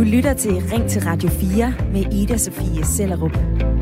Du lytter til Ring til Radio 4 med Ida Sofie Sellerup.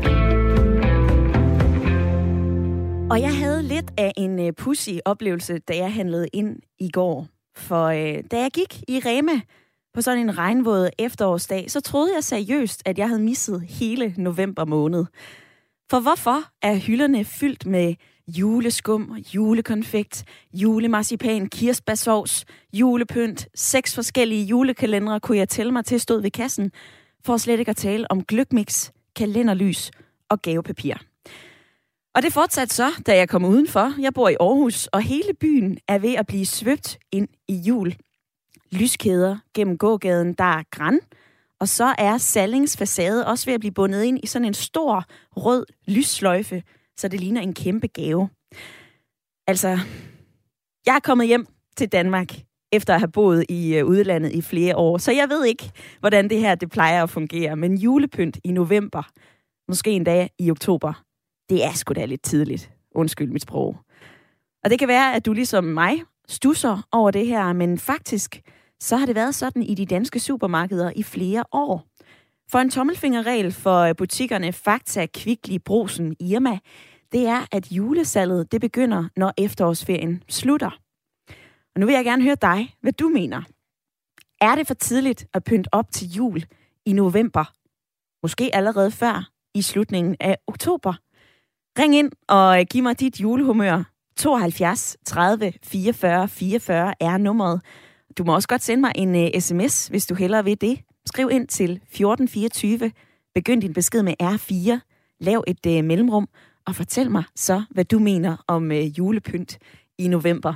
Og jeg havde lidt af en pudsig oplevelse, da jeg handlede ind i går. For da jeg gik i Rema på sådan en regnvåd efterårsdag, så troede jeg seriøst, at jeg havde misset hele november måned. For hvorfor er hylderne fyldt med juleskum, julekonfekt, julemarcipan, kirsebærsovs, julepynt, 6 forskellige julekalendere kunne jeg tælle mig til stod ved kassen, for slet ikke at tale om gløgmix, kalenderlys og gavepapir. Og det fortsatte så, da jeg kom udenfor. Jeg bor i Aarhus, og hele byen er ved at blive svøbt ind i jul. Lyskæder gennem gågaden, der er gran, og så er Sallings facade også ved at blive bundet ind i sådan en stor rød lyssløjfe, så det ligner en kæmpe gave. Altså, jeg er kommet hjem til Danmark efter at have boet i udlandet i flere år, så jeg ved ikke, hvordan det her det plejer at fungere. Men julepynt i november, måske endda i oktober, det er sgu da lidt tidligt. Undskyld mit sprog. Og det kan være, at du ligesom mig stusser over det her, men faktisk så har det været sådan i de danske supermarkeder i flere år. For en tommelfingerregel for butikkerne Fakta, Kvickly, Brugsen, Irma, det er, at julesalget det begynder, når efterårsferien slutter. Og nu vil jeg gerne høre dig, hvad du mener. Er det for tidligt at pynte op til jul i november? Måske allerede før i slutningen af oktober? Ring ind og giv mig dit julehumør. 72 30 44 44 er nummeret. Du må også godt sende mig en sms, hvis du hellere vil det. Skriv ind til 1424. Begynd din besked med R4. Lav et mellemrum og fortæl mig så, hvad du mener om julepynt i november.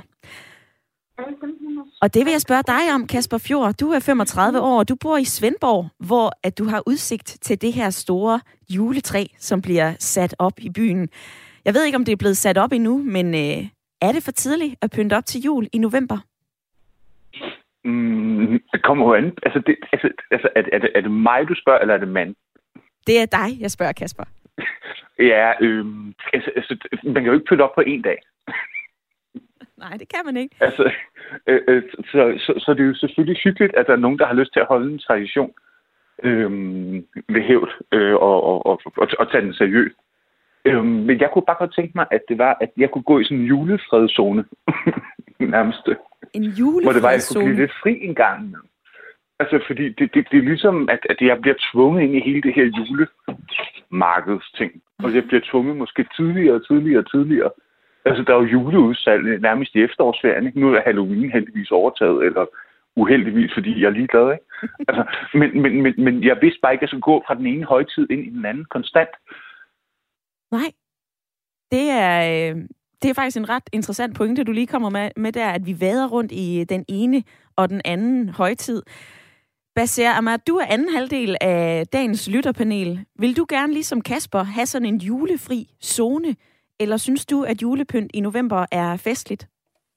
Og det vil jeg spørge dig om, Kasper Fjord. Du er 35 år, og du bor i Svendborg, hvor at du har udsigt til det her store juletræ, som bliver sat op i byen. Jeg ved ikke, om det er blevet sat op endnu, men er det for tidligt at pynte op til jul i november? Det kommer jo an. Er det mig, du spørger, eller er det mand? Det er dig, jeg spørger, Kasper. Ja, man kan jo ikke pynte op på en dag. Nej, det kan man ikke. Så det er jo selvfølgelig hyggeligt, at der er nogen, der har lyst til at holde en tradition ved hævd og tage den seriøst. Men jeg kunne bare godt tænke mig, at det var, at jeg kunne gå i sådan en julefredszone nærmest. En julefredszone? Hvor det var, at jeg kunne blive lidt fri en gang. Altså, fordi det er ligesom, at jeg bliver tvunget ind i hele det her julemarkedsting. Og jeg bliver tvunget måske tidligere. Altså, der er jo juleudsalg nærmest i efterårsferien, ikke? Nu er Halloween heldigvis overtaget, eller uheldigvis, fordi jeg er ligeglad, ikke? Altså, men jeg vidste bare ikke, at jeg skulle gå fra den ene højtid ind i den anden konstant. Nej. Det er faktisk en ret interessant pointe, du lige kommer med der, at vi vader rundt i den ene og den anden højtid. Baser Ahmad, du er anden halvdel af dagens lytterpanel. Vil du gerne, ligesom Kasper, have sådan en julefri zone? Eller synes du, at julepynt i november er festligt?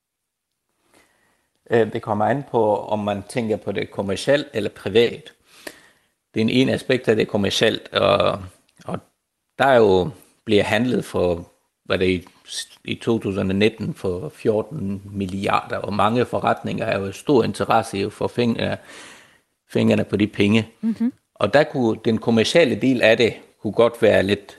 Det kommer an på, om man tænker på det kommercielt eller privat. Det er en aspekt af det kommercielt, og der jo bliver handlet for, hvad det i 2019 for 14 milliarder, og mange forretninger er jo stor interesse i at få fingrene på de penge. Mm-hmm. Og der kunne den kommercielle del af det kunne godt være lidt,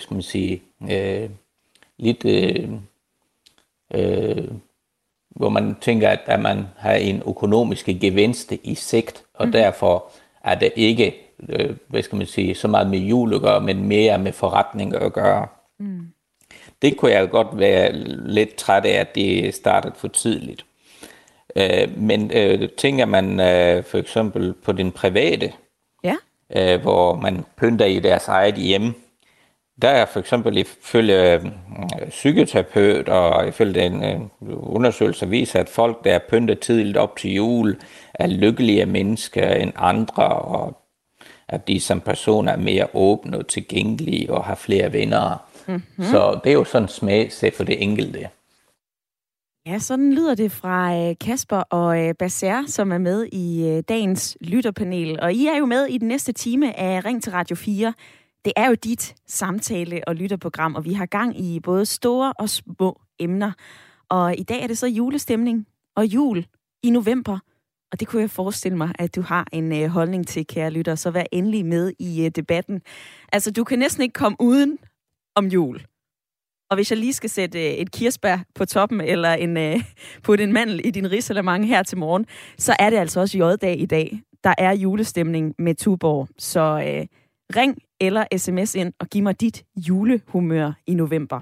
hvor man tænker, at man har en økonomisk gevinst i sigt, og derfor er det ikke, så meget med jul at gøre, men mere med forretninger at gøre. Mm. Det kunne jeg godt være lidt træt af, at det startede for tidligt. Men tænker man for eksempel på den private, hvor man pynter i deres eget hjem, der er for eksempel ifølge psykoterapeut og ifølge en undersøgelse viser, at folk, der er pyntet tidligt op til jul, er lykkeligere mennesker end andre, og at de som personer er mere åbne og tilgængelige og har flere venner. Mm-hmm. Så det er jo sådan smagsag for det enkelte. Ja, sådan lyder det fra Kasper og Baser, som er med i dagens lytterpanel. Og I er jo med i den næste time af Ring til Radio 4. Det er jo dit samtale- og lytterprogram, og vi har gang i både store og små emner. Og i dag er det så julestemning og jul i november. Og det kunne jeg forestille mig, at du har en holdning til, kære lytter, så vær endelig med i debatten. Altså, du kan næsten ikke komme uden om jul. Og hvis jeg lige skal sætte et kirsebær på toppen, eller putte en mandel i din risalamande her til morgen, så er det altså også J-dag i dag. Der er julestemning med Tuborg. Så ring eller sms ind og giv mig dit julehumør i november.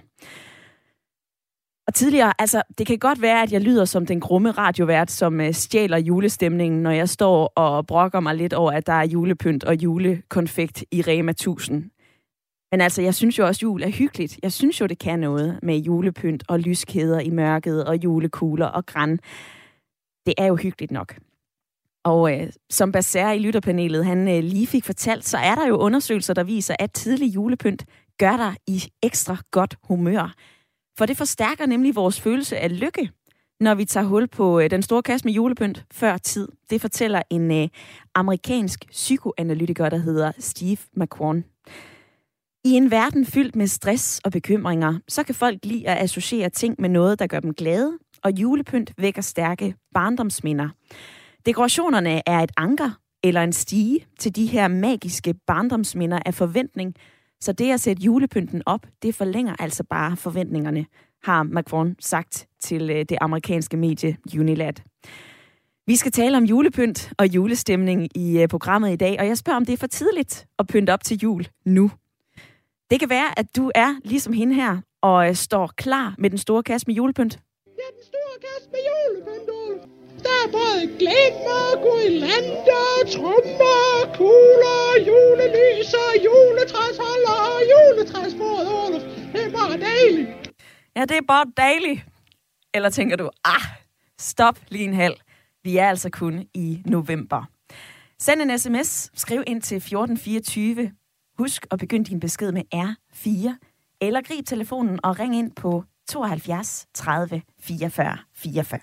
Og tidligere, altså, det kan godt være, at jeg lyder som den grumme radiovært, som stjæler julestemningen, når jeg står og brokker mig lidt over, at der er julepynt og julekonfekt i Rema 1000. Men altså, jeg synes jo også, at jul er hyggeligt. Jeg synes jo, det kan noget med julepynt og lyskæder i mørket og julekugler og gran. Det er jo hyggeligt nok. Og som Baser i lytterpanelet, han lige fik fortalt, så er der jo undersøgelser, der viser, at tidlig julepynt gør dig i ekstra godt humør. For det forstærker nemlig vores følelse af lykke, når vi tager hul på den store kasse med julepynt før tid. Det fortæller en amerikansk psykoanalytiker, der hedder Steve McQuon. I en verden fyldt med stress og bekymringer, så kan folk lide at associere ting med noget, der gør dem glade, og julepynt vækker stærke barndomsminder. Dekorationerne er et anker eller en stige til de her magiske barndomsminder af forventning, så det at sætte julepynten op, det forlænger altså bare forventningerne, har McQuon sagt til det amerikanske medie Unilad. Vi skal tale om julepynt og julestemning i programmet i dag, og jeg spørger, om det er for tidligt at pynte op til jul nu. Det kan være, at du er ligesom hende her og står klar med den store kasse med julepynt. Ja, den store kasse med julepynt, Olf. Der er både glimmer, guirlander, trommer, kugler, julelys og juletræsholder og juletræsbord, Olf. Det er bare dejligt. Ja, det er bare dejligt. Eller tænker du, stop lige en halv. Vi er altså kun i november. Send en sms, skriv ind til 1424. Husk at begynde din besked med R4, eller grib telefonen og ring ind på 72 30 44 44.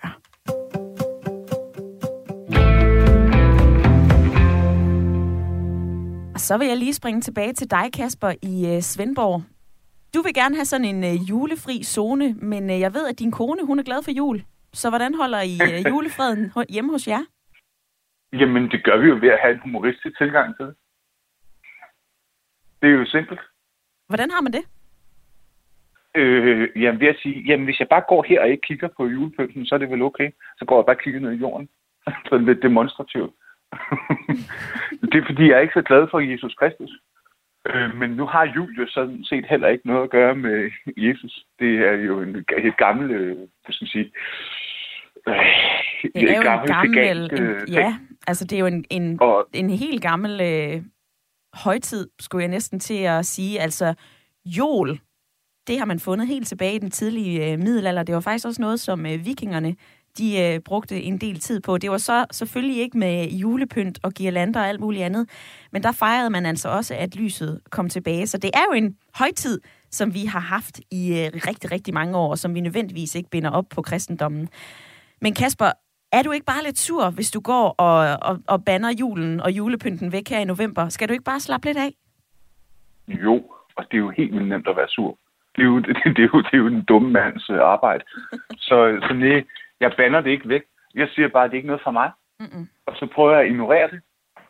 Og så vil jeg lige springe tilbage til dig, Kasper, i Svendborg. Du vil gerne have sådan en julefri zone, men jeg ved, at din kone, hun er glad for jul. Så hvordan holder I julefreden hjemme hos jer? Jamen, det gør vi jo ved at have en humoristisk tilgang til det. Det er jo simpelt. Hvordan har man det? Jamen, ved at sige, jamen, hvis jeg bare går her og ikke kigger på julepynten, så er det vel okay. Så går jeg bare og kigger ned i jorden. Sådan lidt demonstrativt. Det er, fordi jeg er ikke så glad for Jesus Kristus. Men nu har jul jo sådan set heller ikke noget at gøre med Jesus. Det er jo et gammelt, hvad skal man sige... det er jo en gammel... ja, altså det er jo en helt gammel... højtid, skulle jeg næsten til at sige. Altså, jol, det har man fundet helt tilbage i den tidlige middelalder. Det var faktisk også noget, som vikingerne, de brugte en del tid på. Det var så selvfølgelig ikke med julepynt og girlander og alt muligt andet, men der fejrede man altså også, at lyset kom tilbage. Så det er jo en højtid, som vi har haft i rigtig, rigtig mange år, som vi nødvendigvis ikke binder op på kristendommen. Men Kasper, er du ikke bare lidt sur, hvis du går og banner julen og julepynten væk her i november? Skal du ikke bare slappe lidt af? Jo, og det er jo helt vildt nemt at være sur. Det er jo den dumme mands arbejde. Så nej, jeg banner det ikke væk. Jeg siger bare, at det ikke er noget for mig. Mm-mm. Og så prøver jeg at ignorere det.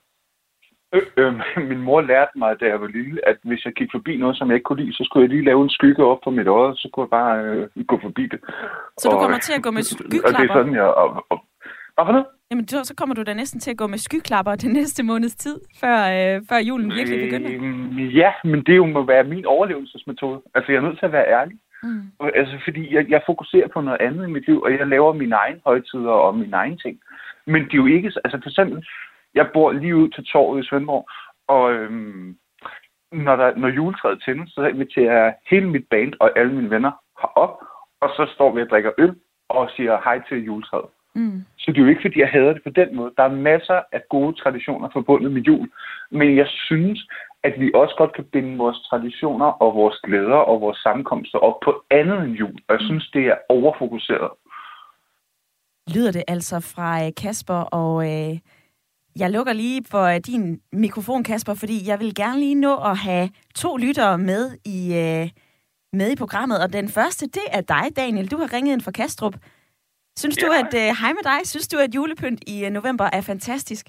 Min mor lærte mig, da jeg var lille, at hvis jeg gik forbi noget, som jeg ikke kunne lide, så skulle jeg lige lave en skygge op på mit øje, så kunne jeg bare gå forbi det. Så du kommer til at gå med skyklapper? Og det er sådan, Hvorfor noget? Jamen, så kommer du da næsten til at gå med skyklapper den næste måneds tid, før julen virkelig begynder. Ja, men det må være min overlevelsesmetode. Altså, jeg er nødt til at være ærlig. Altså, fordi jeg fokuserer på noget andet i mit liv, og jeg laver mine egne højtider og mine egne ting. Men det er jo ikke... Altså, for eksempel, jeg bor lige ud til torvet i Svendborg, og når juletræet tændes, så inviterer jeg hele mit band og alle mine venner herop, og så står vi og drikker øl og siger hej til juletræet. Så det er jo ikke, fordi jeg hader det på den måde. Der er masser af gode traditioner forbundet med jul. Men jeg synes, at vi også godt kan binde vores traditioner og vores glæder og vores sammenkomster op på andet end jul. Og jeg synes, det er overfokuseret. Lyder det altså fra Kasper, og jeg lukker lige for din mikrofon, Kasper, fordi jeg vil gerne lige nå at have 2 lyttere med i programmet. Og den første, det er dig, Daniel. Du har ringet ind fra Kastrup. Synes du, at hej med dig, synes du, at julepynt i november er fantastisk?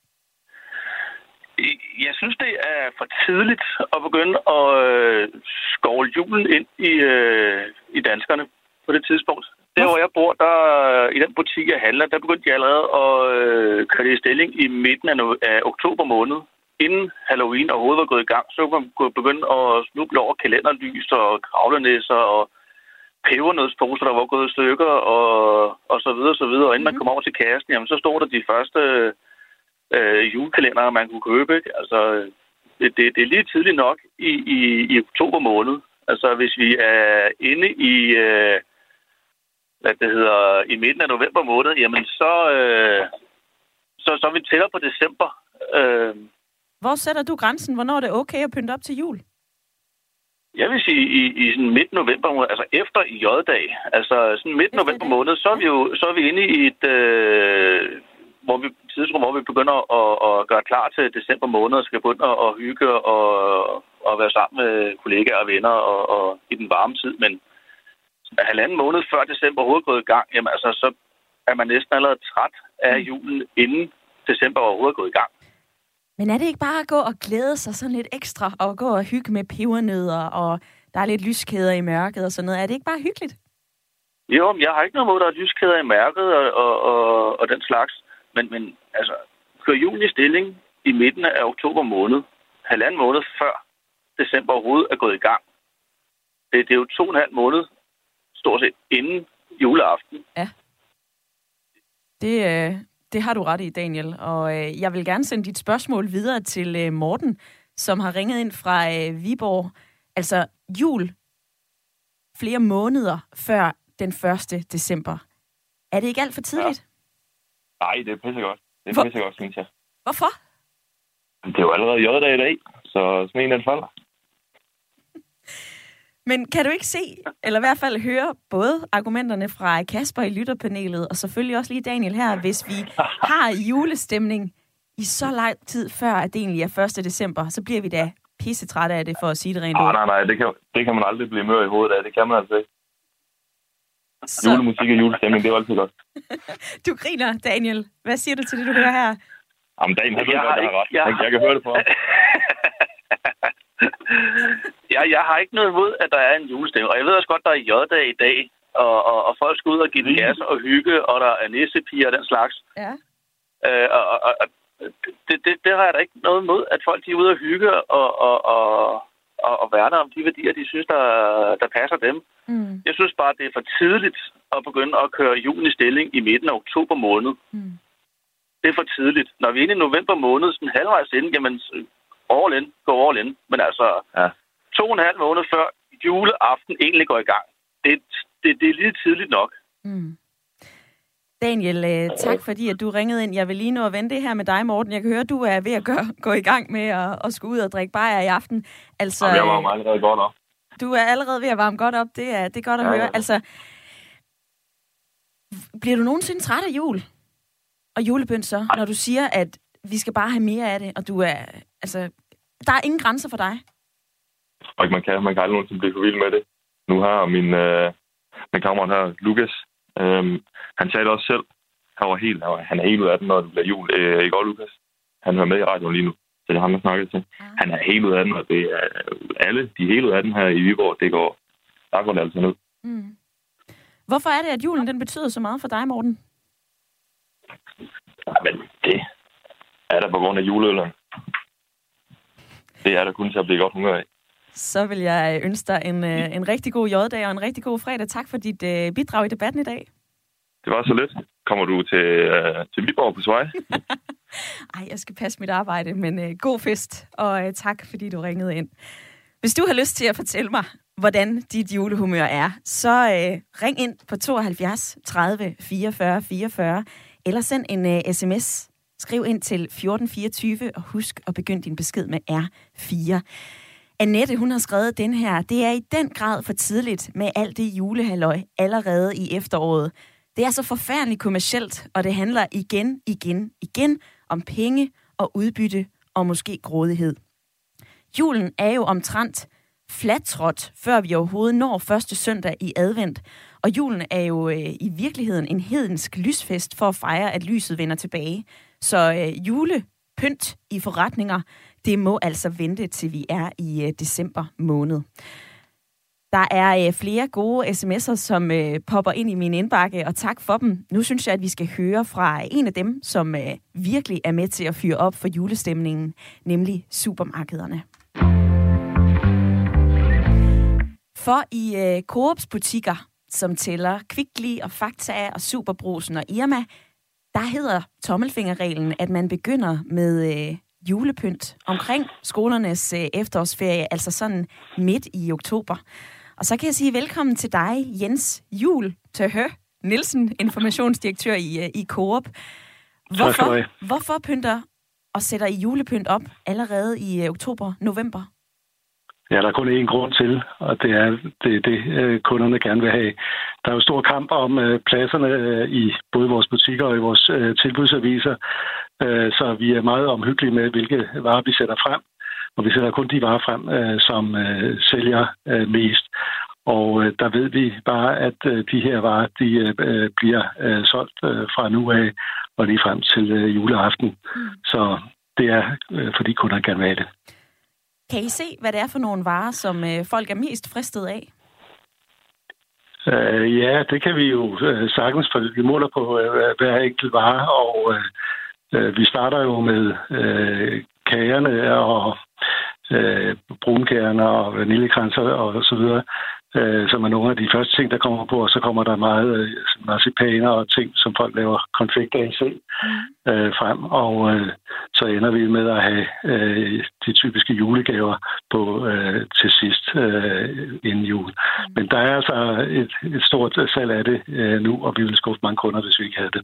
Jeg synes, det er for tidligt at begynde at skovle julen ind i danskerne på det tidspunkt. Der, hvor jeg bor, der i den butik, jeg handler, der begyndte jeg allerede at køre i stilling i midten af oktober måned. Inden Halloween overhovedet var gået i gang, så kunne man begynde at snuble over kalenderlys og kravlenæsser og pebernødsposer, der var gået i stykker og så videre, så videre. Og inden man kom over til kassen, jamen, så stod der de første julekalendere, man kunne købe. Ikke? Altså, det er lige tidligt nok i oktober måned. Altså, hvis vi er inde i i midten af november måned, jamen så vi tæller på december. Hvor sætter du grænsen? Hvornår er det okay at pynte op til jul? Jeg vil sige i sådan midt november måned, altså efter J-dag, altså sådan midt november måned, så er vi inde i et tidsrum, hvor vi begynder at gøre klar til december måned, og skal begynde at hygge og være sammen med kollegaer og venner og i den varme tid, men halvanden måned før december overhovedet gået i gang, jamen altså, så er man næsten allerede træt af julen, inden december overhovedet gået i gang. Men er det ikke bare at gå og glæde sig sådan lidt ekstra, og gå og hygge med pebernødder, og der er lidt lyskæder i mørket og sådan noget? Er det ikke bare hyggeligt? Jo, men jeg har ikke noget mod, der er lyskæder i mørket og den slags. Men altså, kør julen i stilling i midten af oktober måned, halvanden måned før december overhovedet er gået i gang. Det er jo 2,5 måned, stort set, inden juleaften. Ja. Det har du ret i, Daniel. Og jeg vil gerne sende dit spørgsmål videre til Morten, som har ringet ind fra Viborg. Altså jul flere måneder før den 1. december. Er det ikke alt for tidligt? Ja. Nej, det er pissegodt. Det er pissegodt, synes jeg. Hvorfor? Det er jo allerede J-dag i dag, så sådan en, den falder. Men kan du ikke se, eller i hvert fald høre, både argumenterne fra Kasper i lytterpanelet, og selvfølgelig også lige Daniel her, hvis vi har julestemning i så lang tid før, at det egentlig er 1. december, så bliver vi da pissetrætte af det, for at sige det rent ud. Nej, det kan man aldrig blive mør i hovedet af. Det kan man altså ikke. Julemusik og julestemning, det er altid godt. Du griner, Daniel. Hvad siger du til det, du hører her? Jamen, Daniel, han ved godt, det har ret. Jeg kan høre det på ham. Jeg har ikke noget imod, at der er en julestemning. Og jeg ved også godt, der er J-dag i dag, og folk skal ud og give gas og hygge, og der er nissepiger og den slags. Ja. Det har jeg da ikke noget imod, at folk de er ude og hygge og værne om de værdier, de synes, der passer dem. Mm. Jeg synes bare, det er for tidligt at begynde at køre julen i stilling i midten af oktober måned. Mm. Det er for tidligt. Når vi er inde i november måned, sådan halvvejs inden, jamen gå all in. Men altså, 2,5 måneder før juleaften egentlig går i gang. Det er lige tidligt nok. Mm. Daniel, tak fordi, at du ringede ind. Jeg vil lige nå at vente her med dig, Morten. Jeg kan høre, at du er ved at gå i gang med at skulle ud og drikke bajer i aften. Altså, jeg varmer allerede godt op. Du er allerede ved at varme godt op. Det er godt at høre. Ja. Altså, bliver du nogensinde træt af jul? Og julepynt så, når du siger, at vi skal bare have mere af det, og du er... Altså, der er ingen grænser for dig. Og man kan aldrig nogensinde blive for vild med det. Nu har min kammerat her, Lukas, han sagde det også selv. Han er helt ud af den, når det bliver jul. Ikke også, Lukas? Han hører med i radioen lige nu. Så det har han snakket til. Ja. Han er helt ud af den, og det er alle, de er helt ud af den her i Viborg. Der går det altså ned. Mm. Hvorfor er det, at julen den betyder så meget for dig, Morten? Men det er der på grund af juleøllen. Det er der kun til at blive godt humør af. Så vil jeg ønske dig en rigtig god J-dag og en rigtig god fredag. Tak for dit bidrag i debatten i dag. Det var så lidt. Kommer du til Viborg på Svej? Ej, jeg skal passe mit arbejde, men god fest, og tak fordi du ringede ind. Hvis du har lyst til at fortælle mig, hvordan dit julehumør er, så ring ind på 72 30 44 44, eller send en sms. Skriv ind til 1424, og husk at begynde din besked med R4. Annette, hun har skrevet den her. Det er i den grad for tidligt med alt det julehalløj allerede i efteråret. Det er så forfærdeligt kommercielt, og det handler igen om penge og udbytte og måske grådighed. Julen er jo omtrent flattrådt, før vi overhovedet når første søndag i advent. Og julen er jo i virkeligheden en hedensk lysfest for at fejre, at lyset vender tilbage. Så julepynt i forretninger, det må altså vente til vi er i december måned. Der er flere gode sms'er, som popper ind i min indbakke, og tak for dem. Nu synes jeg, at vi skal høre fra en af dem, som virkelig er med til at fyre op for julestemningen, nemlig supermarkederne. For i Coops butikker, som tæller Kvickly og Fakta og Superbrugsen og Irma, der hedder tommelfingerreglen, at man begynder med julepynt omkring skolernes efterårsferie, altså sådan midt i oktober. Og så kan jeg sige velkommen til dig, Jens Juhl Nielsen, informationsdirektør i Coop. Hvorfor pynter og sætter I julepynt op allerede i oktober-november? Ja, der er kun én grund til, og det er det, kunderne gerne vil have. Der er jo stor kamp om pladserne i både vores butikker og i vores tilbudsaviser, så vi er meget omhyggelige med, hvilke varer vi sætter frem. Og vi sætter kun de varer frem, som sælger mest. Og der ved vi bare, at de her varer, de bliver solgt fra nu af og lige frem til juleaften. Så det er, fordi kunderne gerne vil have det. Kan I se, hvad det er for nogle varer, som folk er mest fristet af? Ja, det kan vi jo sagtens, for vi måler på hver enkelt vare, og vi starter jo med kagerne og brunkagerne og vaniljekranser og så videre, som er nogle af de første ting, der kommer på, og så kommer der meget marcipaner og ting, som folk laver konfekt af selv frem, og så ender vi med at have de typiske julegaver på til sidst inden jul. Men der er altså et stort salg af det nu, og vi vil skuffe mange kunder, hvis vi ikke havde det.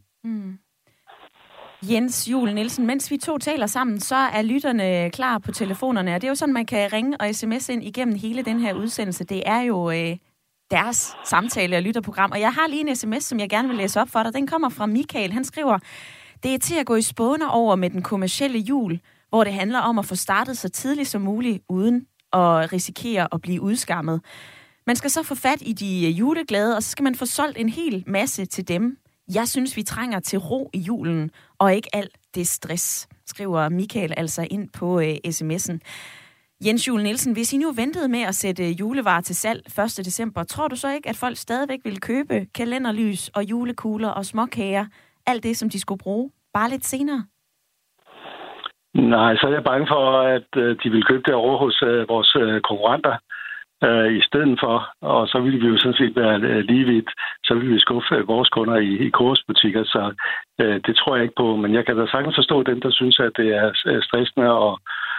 Jens Juhl Nielsen, mens vi to taler sammen, så er lytterne klar på telefonerne, og det er jo sådan, man kan ringe og sms ind igennem hele den her udsendelse. Det er jo deres samtale- og lytterprogram, og jeg har lige en sms, som jeg gerne vil læse op for dig. Den kommer fra Michael. Han skriver, det er til at gå i spåner over med den kommercielle jul, hvor det handler om at få startet så tidligt som muligt, uden at risikere at blive udskammet. Man skal så få fat i de juleglade, og så skal man få solgt en hel masse til dem. Jeg synes, vi trænger til ro i julen, og ikke alt det stress, skriver Michael altså ind på sms'en. Jens Juhl Nielsen, hvis I nu ventede med at sætte julevarer til salg 1. december, tror du så ikke, at folk stadigvæk ville købe kalenderlys og julekugler og småkager, alt det, som de skulle bruge, bare lidt senere? Nej, så er jeg bange for, at de vil købe det over hos vores konkurrenter i stedet for, og så ville vi jo sådan set være lige vidt, så ville vi skuffe vores kunder i Coops butikker, så det tror jeg ikke på, men jeg kan da sagtens forstå dem, der synes, at det er stressende og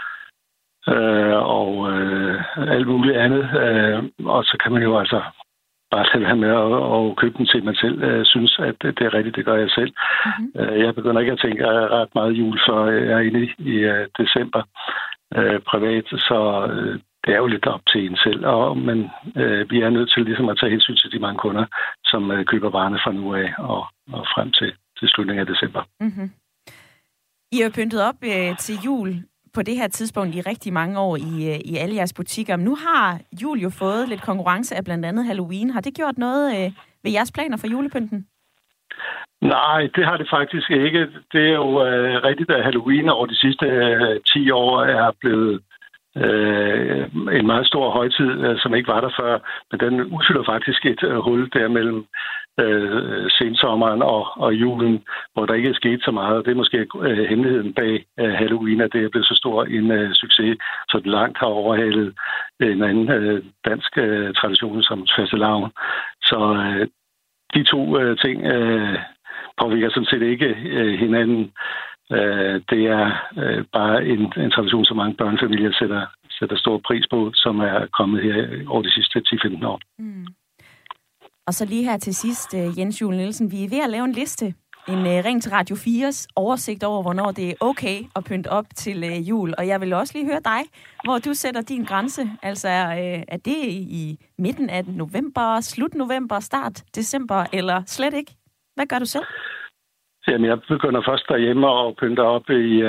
alt muligt andet, og så kan man jo altså bare lade være med at købe den til, man selv synes, at det er rigtigt, det gør jeg selv. Jeg begynder ikke at tænke ret meget jul, så jeg er inde i december privat, så det er jo lidt op til en selv, men vi er nødt til ligesom at tage hensyn til de mange kunder, som køber varerne fra nu af og frem til slutningen af december. I har pyntet op til jul på det her tidspunkt i rigtig mange år i alle jeres butikker. Men nu har jul jo fået lidt konkurrence af blandt andet Halloween. Har det gjort noget ved jeres planer for julepynten? Nej, det har det faktisk ikke. Det er jo rigtigt, at Halloween over de sidste 10 år er blevet en meget stor højtid, som ikke var der før, men den udfylder faktisk et hul der mellem sensommeren og julen, hvor der ikke er sket så meget. Det er måske hemmeligheden bag Halloween, at det er blevet så stor en succes, så det langt har overhalet en anden dansk tradition som fastelavn. Så de to ting påvirker sådan set ikke hinanden. Det er bare en tradition, som mange børnefamilier sætter stor pris på, som er kommet her over de sidste 10-15 år. Og så lige her til sidst, Jens Juhl Nielsen, vi er ved at lave en liste. En Ring til Radio 4's oversigt over, hvornår det er okay at pynte op til jul. Og jeg vil også lige høre dig, hvor du sætter din grænse. Altså, er det i midten af november, slut november, start december, eller slet ikke? Hvad gør du selv? Jamen, jeg begynder først derhjemme og pynter op i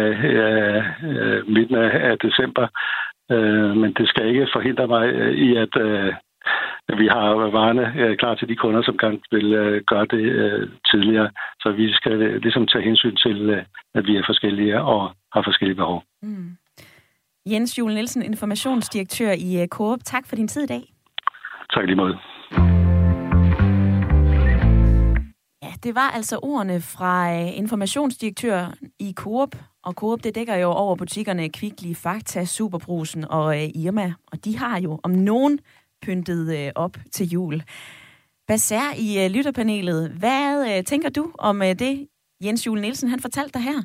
midten af december. Men det skal ikke forhindre mig i at vi har varerne klar til de kunder, som gerne vil gøre det tidligere. Så vi skal ligesom tage hensyn til, at vi er forskellige og har forskellige behov. Mm. Jens Juel Nielsen, informationsdirektør i Coop. Tak for din tid i dag. Tak lige måde. Ja, det var altså ordene fra informationsdirektør i Coop. Og Coop, det dækker jo over butikkerne Kvickly, Fakta, Superbrugsen og Irma. Og de har jo om nogen pyntet op til jul. Baser i lytterpanelet. Hvad tænker du om det, Jens Juel Nielsen han fortalte dig her?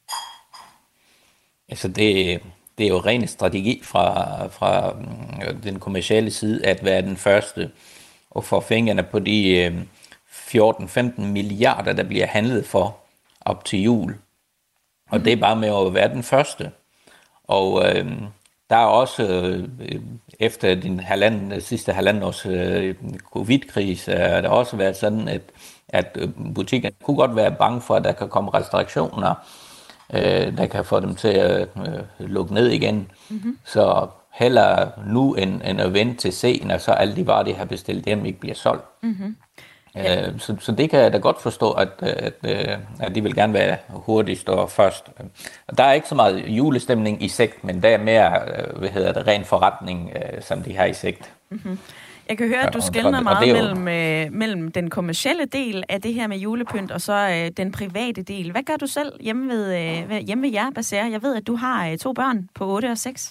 Altså det er jo ren strategi fra den kommercielle side at være den første og få fingrene på de 14-15 milliarder, der bliver handlet for op til jul. Og det er bare med at være den første. Og der er også efter den sidste halvanden års covid-krise, er der også været sådan, at butikkerne kunne godt være bange for, at der kan komme restriktioner, der kan få dem til at lukke ned igen. Mm-hmm. Så hellere nu end at vente til sen, og så alle de varer, de har bestilt hjem, ikke bliver solgt. Mm-hmm. Så det kan jeg da godt forstå, at de vil gerne være hurtigst og først. Der er ikke så meget julestemning i sigt, men der er mere, ren forretning, som de har i sigt. Mm-hmm. Jeg kan høre, at du skelner meget mellem den kommercielle del af det her med julepynt, og så den private del. Hvad gør du selv hjemme ved jer, Baser? Jeg ved, at du har 2 børn på 8 og 6.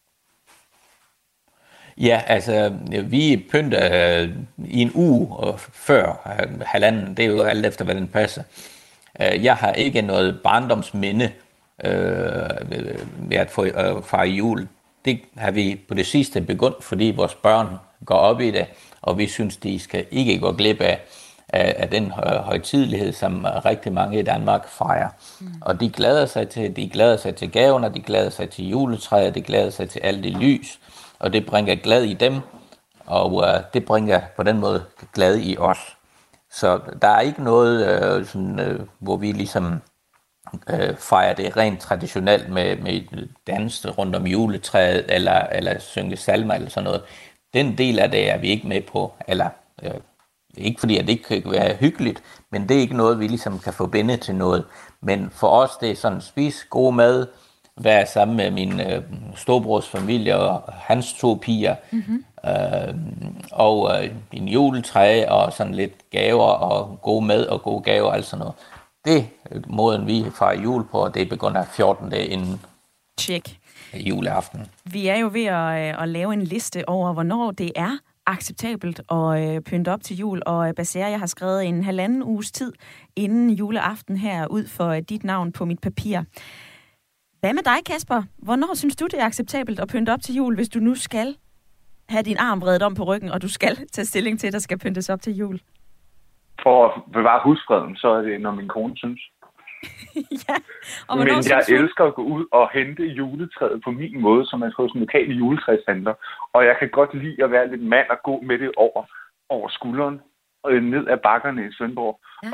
Ja, altså, vi pynter i en uge før halvanden. Det er jo alt efter, hvad den passer. Jeg har ikke noget barndomsminde ved at få fejre jul. Det har vi på det sidste begyndt, fordi vores børn går op i det, og vi synes, de skal ikke gå glip af den højtidelighed, som rigtig mange i Danmark fejrer. Mm. Og de glæder sig til gaverne, de glæder sig til juletræet, de glæder sig til alle de lys, og det bringer glæde i dem, og det bringer på den måde glæde i os. Så der er ikke noget, hvor vi ligesom fejrer det rent traditionelt med dans rundt om juletræet, eller synge salmer eller sådan noget. Den del af det er vi ikke med på, eller ikke fordi at det ikke kan være hyggeligt, men det er ikke noget, vi ligesom kan forbinde til noget. Men for os, det er sådan, spise god mad, være sammen med min storebrors familie og hans 2 piger, mm-hmm. Og en juletræ og sådan lidt gaver og god mad og gode gaver og alt sådan noget. Det er måden, vi fejrer jul på, og det begynder 14 dage inden juleaften. Vi er jo ved at lave en liste over, hvornår det er acceptabelt at pynte op til jul, og Baser, jeg har skrevet en 1,5 uges tid inden juleaften her ud for dit navn på mit papir. Hvad med dig, Kasper? Hvornår synes du, det er acceptabelt at pynte op til jul, hvis du nu skal have din arm vredet om på ryggen, og du skal tage stilling til, at der skal pyntes op til jul? For at bevare husfreden, så er det, når min kone synes. Ja, og men jeg elsker at gå ud og hente juletræet på min måde, som er hos en lokal juletræshandler. Og jeg kan godt lide at være lidt mand og gå med det over skulderen og ned ad bakkerne i Svendborg. Ja.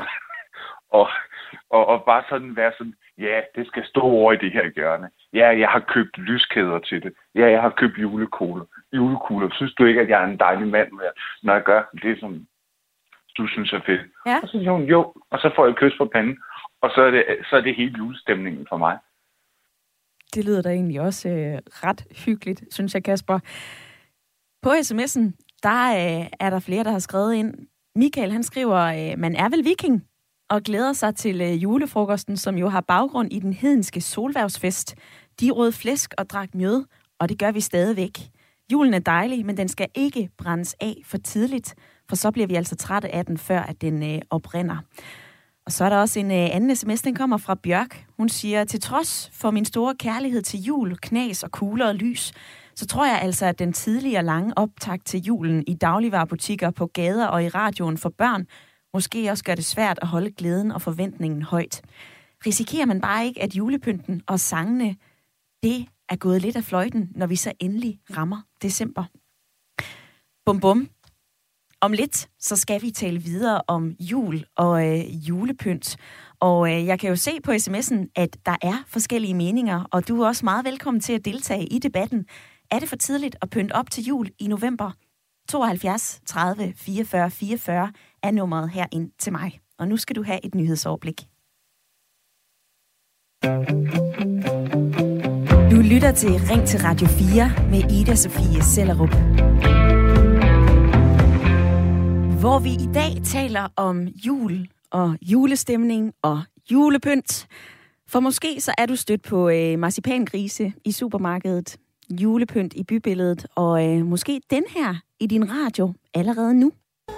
og bare sådan være sådan, ja, det skal stå over i det her hjørne. Ja, jeg har købt lyskæder til det. Ja, jeg har købt julekugler. Synes du ikke, at jeg er en dejlig mand, når jeg gør det, som du synes er fedt? Ja. Og så siger hun jo, og så får jeg et kys på panden. Og så er det hele julestemningen for mig. Det lyder da egentlig også ret hyggeligt, synes jeg, Kasper. På sms'en, der er der flere, der har skrevet ind. Michael, han skriver, man er vel viking og glæder sig til julefrokosten, som jo har baggrund i den hedenske solværvsfest. De rød flæsk og drak mjød, og det gør vi stadigvæk. Julen er dejlig, men den skal ikke brændes af for tidligt, for så bliver vi altså trætte af den, før at den oprinder. Og så er der også en anden sms, den kommer fra Bjørk. Hun siger, til trods for min store kærlighed til jul, knas og kugler og lys, så tror jeg altså, at den tidligere lange optakt til julen i dagligvarebutikker, på gader og i radioen for børn, måske også gør det svært at holde glæden og forventningen højt. Risikerer man bare ikke, at julepynten og sangene, det er gået lidt af fløjten, når vi så endelig rammer december? Bum bum. Om lidt, så skal vi tale videre om jul og julepynt. Og jeg kan jo se på sms'en, at der er forskellige meninger, og du er også meget velkommen til at deltage i debatten. Er det for tidligt at pynte op til jul i november 72 30 44 44 er nummeret her ind til mig. Og nu skal du have et nyhedsoverblik. Du lytter til Ring til Radio 4 med Ida Sofie Sellerup. Hvor vi i dag taler om jul og julestemning og julepynt. For måske så er du stødt på marcipangrise i supermarkedet, julepynt i bybilledet og måske den her i din radio allerede nu.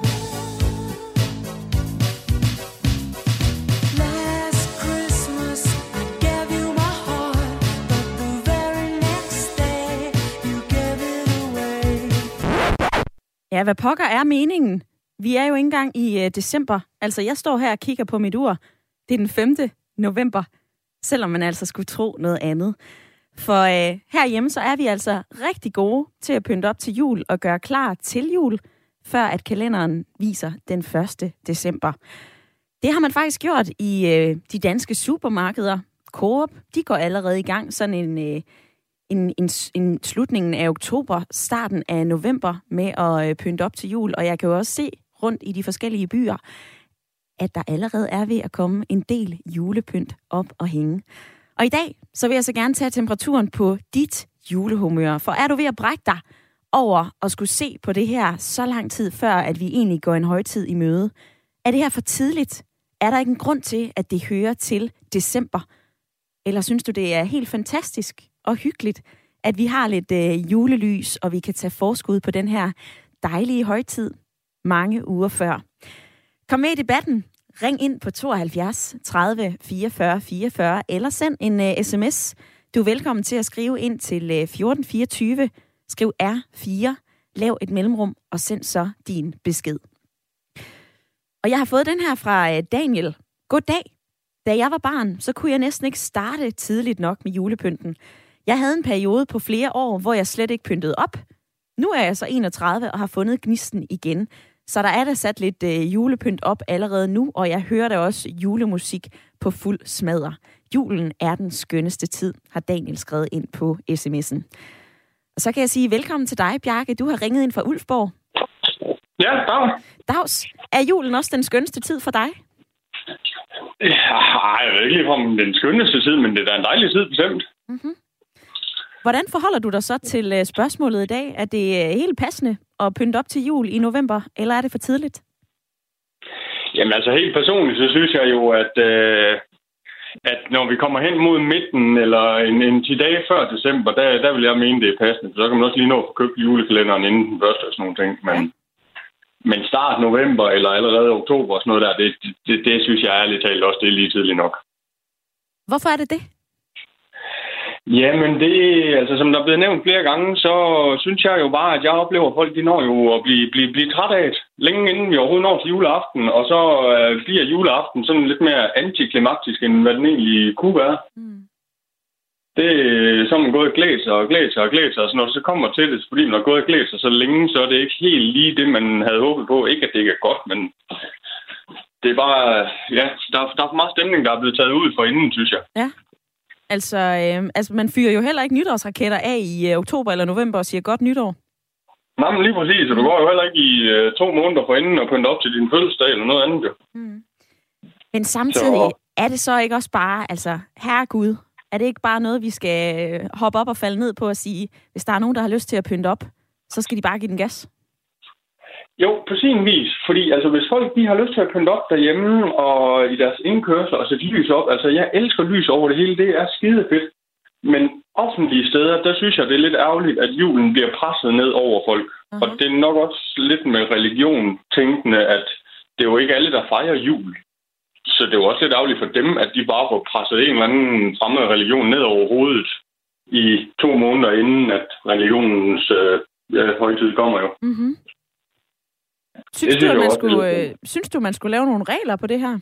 Ja, hvad pokker er meningen? Vi er jo ikke engang i december. Altså, jeg står her og kigger på mit ur. Det er den 5. november, selvom man altså skulle tro noget andet. For herhjemme, så er vi altså rigtig gode til at pynte op til jul og gøre klar til jul, før at kalenderen viser den 1. december. Det har man faktisk gjort i de danske supermarkeder. Coop, de går allerede i gang sådan en slutningen af oktober, starten af november med at pynte op til jul. Og jeg kan jo også se rundt i de forskellige byer, at der allerede er ved at komme en del julepynt op og hænge. Og i dag, så vil jeg så gerne tage temperaturen på dit julehumør. For er du ved at brække dig over at skulle se på det her så lang tid før, at vi egentlig går en højtid i møde? Er det her for tidligt? Er der ikke en grund til, at det hører til december? Eller synes du, det er helt fantastisk og hyggeligt, at vi har lidt julelys, og vi kan tage forskud på den her dejlige højtid mange uger før? Kom med i debatten. Ring ind på 72 30 44 44, eller send en sms. Du er velkommen til at skrive ind til 1424. Skriv R4, lav et mellemrum, og send så din besked. Og jeg har fået den her fra Daniel. Goddag. Da jeg var barn, så kunne jeg næsten ikke starte tidligt nok med julepynten. Jeg havde en periode på flere år, hvor jeg slet ikke pyntede op. Nu er jeg så 31 og har fundet gnisten igen. Så der er der sat lidt julepynt op allerede nu, og jeg hører da også julemusik på fuld smadre. Julen er den skønneste tid, har Daniel skrevet ind på sms'en. Og så kan jeg sige velkommen til dig, Bjarke. Du har ringet ind fra Ulfborg. Ja, dag. Dags. Er julen også den skønneste tid for dig? Ja, jeg ved ikke lige om den skønneste tid, men det er da en dejlig tid bestemt. Mm-hmm. Hvordan forholder du dig så til spørgsmålet i dag? Er det helt passende at pynte op til jul i november, eller er det for tidligt? Jamen altså helt personligt, så synes jeg jo, at når vi kommer hen mod midten, eller en 10 dage før december, der vil jeg mene, det er passende. Så kan man også lige nå at få købt julekalenderen inden den første og sådan nogle ting. Men start november, eller allerede oktober og sådan noget der, det synes jeg ærligt talt også, det er lige tidligt nok. Hvorfor er det det? Jamen det, altså som der er blevet nævnt flere gange, så synes jeg jo bare, at jeg oplever, at folk de når jo at blive træt af det, længe inden vi overhovedet når til juleaften, og så bliver juleaften sådan lidt mere antiklimaktisk, end hvad den egentlig kunne være. Mm. Det er så man gået og glædt sig, og så når det så kommer til det, fordi man har gået og glædt sig så længe, så er det ikke helt lige det, man havde håbet på. Ikke at det ikke er godt, men det er bare, ja, der er for meget stemning, der er blevet taget ud for inden, synes jeg. Ja. Altså, man fyrer jo heller ikke nytårsraketter af i oktober eller november og siger godt nytår. Nej, men lige præcis. Så du går jo heller ikke i 2 måneder forinden og pynter op til din fødselsdag eller noget andet. Jo. Mm. Men samtidig er det så ikke også bare, altså, herregud, er det ikke bare noget, vi skal hoppe op og falde ned på og sige, hvis der er nogen, der har lyst til at pynte op, så skal de bare give den gas? Jo, på sin vis. Fordi altså, hvis folk de har lyst til at pynte op derhjemme og i deres indkørsler og sætte lys op, altså jeg elsker lys over det hele, det er skide fedt. Men offentlige steder, der synes jeg, det er lidt ærgerligt, at julen bliver presset ned over folk. Uh-huh. Og det er nok også lidt med religion tænkende, at det er jo ikke alle, der fejrer jul. Så det er jo også lidt ærgerligt for dem, at de bare får presset en eller anden fremmed religion ned over hovedet i 2 måneder inden, at religionens højtid kommer jo. Mm-hmm. Synes du, man skulle lave nogle regler på det her?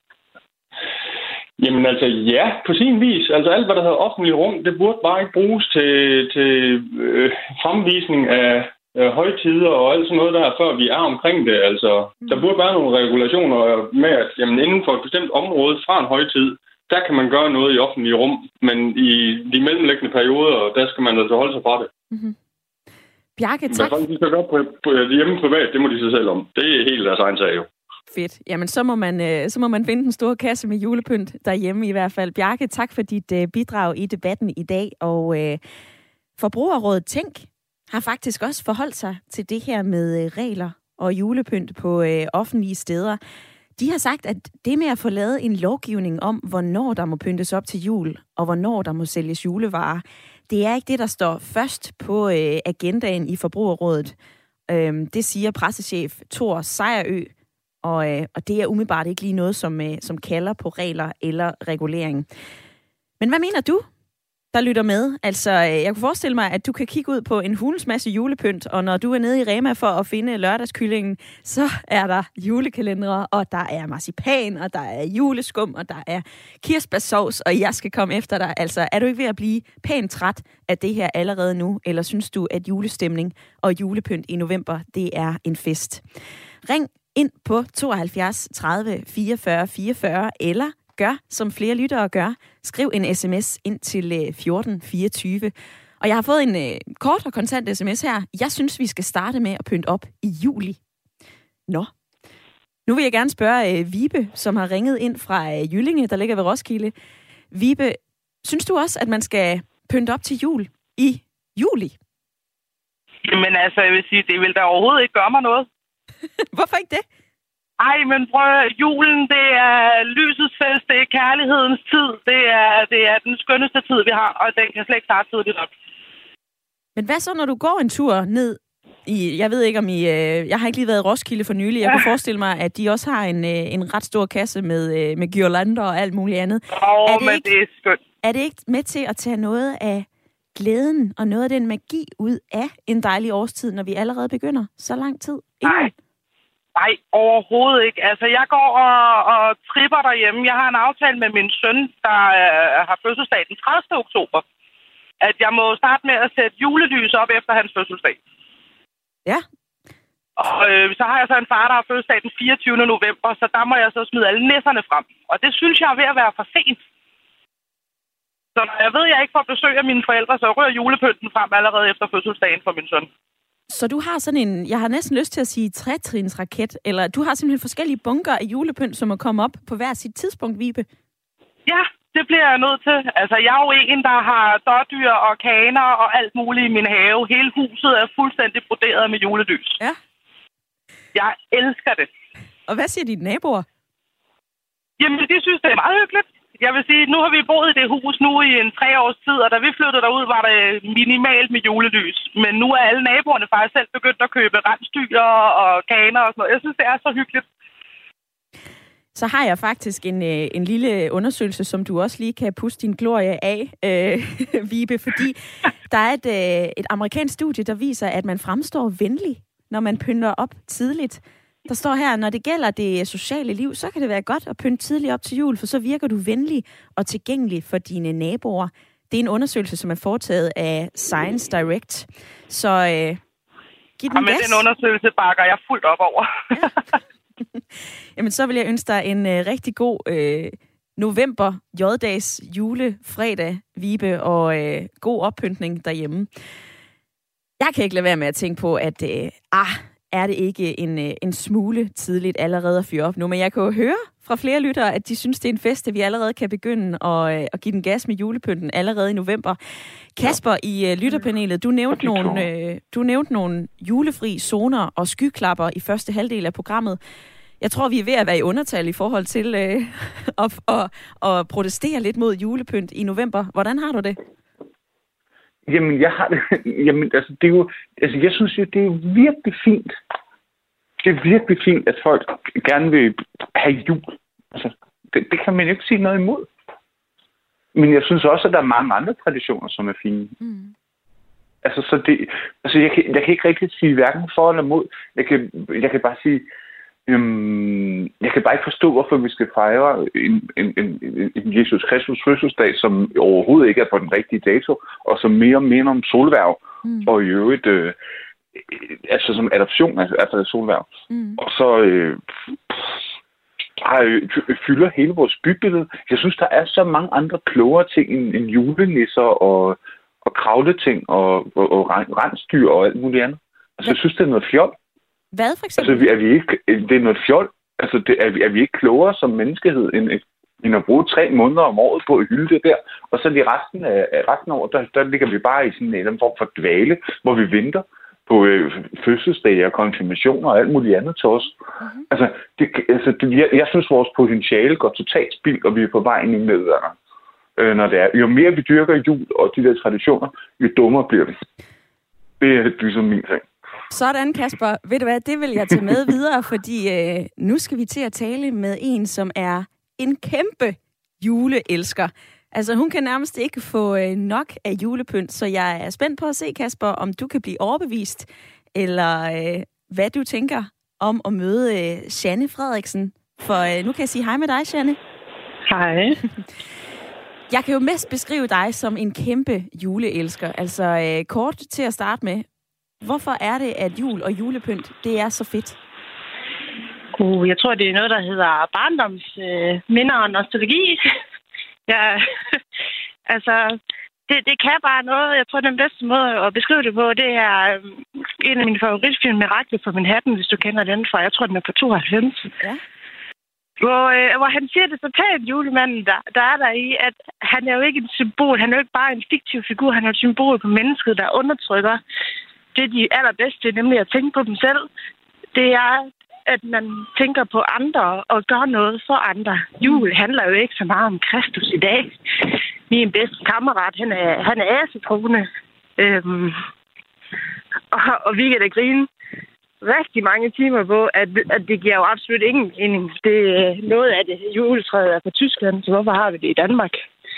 Jamen altså, ja, på sin vis. Altså alt, hvad der hedder offentlig rum, det burde bare ikke bruges til fremvisning af højtider og alt sådan noget der, før vi er omkring det. Altså, der burde være nogle regulationer med, at jamen, inden for et bestemt område fra en højtid, der kan man gøre noget i offentlige rum, men i de mellemliggende perioder, der skal man altså holde sig fra det. Mm-hmm. Bjarke, tak. Hvad folk de skal gøre hjemme privat, det må de sig selv om. Det er helt deres egen sag jo. Fedt. Jamen, så må man finde den store kasse med julepynt derhjemme i hvert fald. Bjarke, tak for dit bidrag i debatten i dag. Og Forbrugerrådet Tænk har faktisk også forholdt sig til det her med regler og julepynt på offentlige steder. De har sagt, at det med at få lavet en lovgivning om, hvornår der må pyntes op til jul, og hvornår der må sælges julevarer, det er ikke det, der står først på agendaen i Forbrugerrådet. Det siger pressechef Thor Sejerø, og det er umiddelbart ikke lige noget, som kalder på regler eller regulering. Men hvad mener du, der lytter med? Altså, jeg kunne forestille mig, at du kan kigge ud på en hulens masse julepynt, og når du er nede i Rema for at finde lørdagskyllingen, så er der julekalendere, og der er marcipan, og der er juleskum, og der er kirsebærsovs, og jeg skal komme efter dig. Altså, er du ikke ved at blive pænt træt af det her allerede nu, eller synes du, at julestemning og julepynt i november, det er en fest? Ring ind på 72 30 44 44, eller gør, som flere lyttere gør. Skriv en sms ind til 1424. Og jeg har fået en kort og kontant sms her. Jeg synes, vi skal starte med at pynte op i juli. Nå. Nu vil jeg gerne spørge Vibe, som har ringet ind fra Jyllinge, der ligger ved Roskilde. Vibe, synes du også, at man skal pynte op til jul i juli? Jamen altså, jeg vil sige, det vil da overhovedet ikke gøre mig noget. Hvorfor ikke det? Ej, men prøv, julen, det er lysets fest, det er kærlighedens tid, det er den skønneste tid, vi har, og den kan slet ikke starte tidligt op. Men hvad så, når du går en tur ned i, jeg ved ikke om jeg har ikke lige været i Roskilde for nylig, jeg kunne forestille mig, at de også har en ret stor kasse med girlander og alt muligt andet. Det er skønt. Er det ikke med til at tage noget af glæden og noget af den magi ud af en dejlig årstid, når vi allerede begynder så lang tid inden? Nej, overhovedet ikke. Altså, jeg går og tripper derhjemme. Jeg har en aftale med min søn, der har fødselsdag den 30. oktober. At jeg må starte med at sætte julelys op efter hans fødselsdag. Ja. Og så har jeg så en far, der har fødselsdag den 24. november, så der må jeg så smide alle nisserne frem. Og det synes jeg er ved at være for sent. Så når jeg ved, at jeg ikke får besøg af mine forældre, så rører julepynten frem allerede efter fødselsdagen for min søn. Så du har sådan en, jeg har næsten lyst til at sige trætrinsraket, eller du har simpelthen forskellige bunker af julepynt, som må komme op på hver sit tidspunkt, Vibe? Ja, det bliver jeg nødt til. Altså, jeg er jo en, der har dårdyr og kaner og alt muligt i min have. Hele huset er fuldstændig broderet med julelys. Ja. Jeg elsker det. Og hvad siger dine naboer? Jamen, de synes, det er meget hyggeligt. Jeg vil sige, nu har vi boet i det hus nu i 3 års tid, og da vi flyttede derud, var det minimalt med julelys. Men nu er alle naboerne faktisk selv begyndt at købe rensdyr og kaner og sådan noget. Jeg synes, det er så hyggeligt. Så har jeg faktisk en lille undersøgelse, som du også lige kan puste din glorie af, Vibe, fordi der er et amerikansk studie, der viser, at man fremstår venlig, når man pynter op tidligt. Der står her, når det gælder det sociale liv, så kan det være godt at pynte tidligt op til jul, for så virker du venlig og tilgængelig for dine naboer. Det er en undersøgelse, som er foretaget af Science Direct. Så giv den gas. Men den undersøgelse bakker jeg fuldt op over. Ja. Jamen, så vil jeg ønske dig en rigtig god november, J-dags julefredag, Vibe, og god oppyntning derhjemme. Jeg kan ikke lade være med at tænke på, at er det ikke en smule tidligt allerede at fyre op nu, men jeg kan jo høre fra flere lyttere, at de synes, det er en fest, at vi allerede kan begynde at give den gas med julepynten allerede i november. Kasper i lytterpanelet, du nævnte nogle julefri zoner og skyklapper i første halvdel af programmet. Jeg tror, vi er ved at være i undertal i forhold til at protestere lidt mod julepynt i november. Hvordan har du det? Jamen, jeg har det. Jamen, altså, det er jo, altså, jeg synes jo, det er virkelig fint. Det er virkelig fint, at folk gerne vil have jul. Altså, det kan man jo ikke sige noget imod. Men jeg synes også, at der er mange andre traditioner, som er fine. Mm. Altså, så det, altså jeg kan ikke rigtig sige hverken for eller mod. Jeg kan bare sige, jeg kan bare ikke forstå, hvorfor vi skal fejre en Jesus Kristus fødselsdag, som overhovedet ikke er på den rigtige dato, og som mere minder om solværv, og i øvrigt altså som adoption af solværv. Og så fylder hele vores bybillede. Jeg synes, der er så mange andre klogere ting end julenisser og og kravleting og rensdyr og alt muligt andet. Altså, jeg synes, det er noget fjol. Hvad for eksempel? Altså, det er noget fjol. Altså, er vi ikke klogere som menneskehed, end at bruge 3 måneder om året på at hylde det der? Og så resten af året, der ligger vi bare i sådan en eller anden form for dvale, hvor vi venter på fødselsdage og konfirmationer og alt muligt andet til os. Mm-hmm. Jeg synes, vores potentiale går totalt spild, og vi er på vej ind i nedadgående. Når det er. Jo mere vi dyrker jul og de der traditioner, jo dummere bliver vi. Det er ligesom min ting. Sådan, Kasper. Ved du hvad, det vil jeg tage med videre, fordi nu skal vi til at tale med en, som er en kæmpe juleelsker. Altså, hun kan nærmest ikke få nok af julepynt, så jeg er spændt på at se, Kasper, om du kan blive overbevist, eller hvad du tænker om at møde Jeanne Frederiksen. For nu kan jeg sige hej med dig, Jeanne. Hej. Jeg kan jo mest beskrive dig som en kæmpe juleelsker. Altså, kort til at starte med. Hvorfor er det, at jul og julepynt, det er så fedt? Jeg tror, det er noget, der hedder barndomsminder og nostalgi. Ja, altså, det kan bare noget. Jeg tror, den bedste måde at beskrive det på, det er en af mine favoritfilm, Miraklet på Manhattan, hvis du kender den fra. Jeg tror, den er på 92. Ja. Hvor han siger det så pænt, julemanden, der er der i, at han er jo ikke et symbol. Han er jo ikke bare en fiktiv figur. Han er et symbol på mennesket, der undertrykker det, de er allerbedst til, nemlig at tænke på dem selv. Det er, at man tænker på andre og gør noget for andre. Jul handler jo ikke så meget om Kristus i dag. Min bedste kammerat, han er asetroende. Og vi kan da grine rigtig mange timer på, at det giver jo absolut ingen mening. Det er noget af det. Juletræet er fra Tyskland, så hvorfor har vi det i Danmark?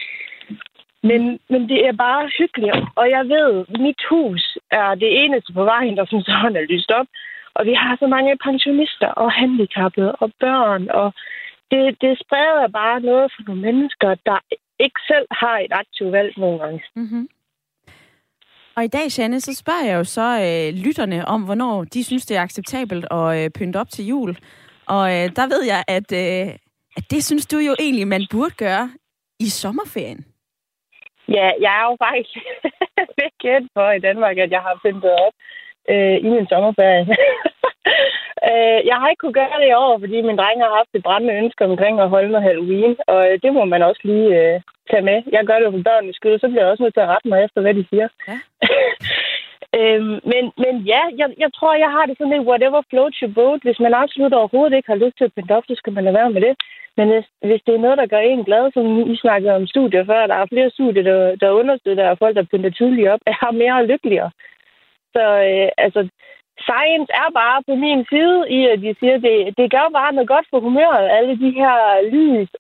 Men det er bare hyggeligt. Og jeg ved, mit hus er det eneste på vejen, der som sådan er lyst op. Og vi har så mange pensionister og handicappede og børn. Og det spreder bare noget for nogle mennesker, der ikke selv har et aktivt valg nogle gange. Mm-hmm. Og i dag, Jeanne, så spørger jeg jo så lytterne om, hvornår de synes, det er acceptabelt at pynte op til jul. Og der ved jeg, at det synes du jo egentlig, man burde gøre i sommerferien. Ja, jeg er jo faktisk lidt kendt for i Danmark, at jeg har pyntet op i min sommerferie. Jeg har ikke kunne gøre det i år, fordi min dreng har haft et brændende ønske omkring at holde med Halloween, og det må man også lige tage med. Jeg gør det jo på børnenes skyld, så bliver jeg også nødt til at rette mig efter, hvad de siger. Ja. Men ja, jeg tror, jeg har det sådan lidt, whatever floats your boat. Hvis man absolut overhovedet ikke har lyst til at pynte op, så skal man lade være med det. Men hvis det er noget, der gør en glad, som I snakkede om studier før, der er flere studier, der understøtter, at folk, der pynter tidligt op, er mere lykkeligere. Så science er bare på min side i, at de siger, det gør bare noget godt for humøret. Alle de her lys